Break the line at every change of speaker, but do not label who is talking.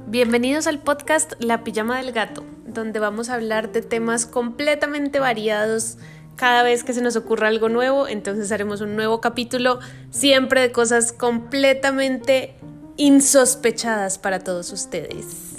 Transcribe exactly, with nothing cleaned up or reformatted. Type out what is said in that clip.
Bienvenidos al podcast La Pijama del Gato, donde vamos a hablar de temas completamente variados. Cada vez que se nos ocurra algo nuevo, entonces haremos un nuevo capítulo, siempre de cosas completamente insospechadas para todos ustedes.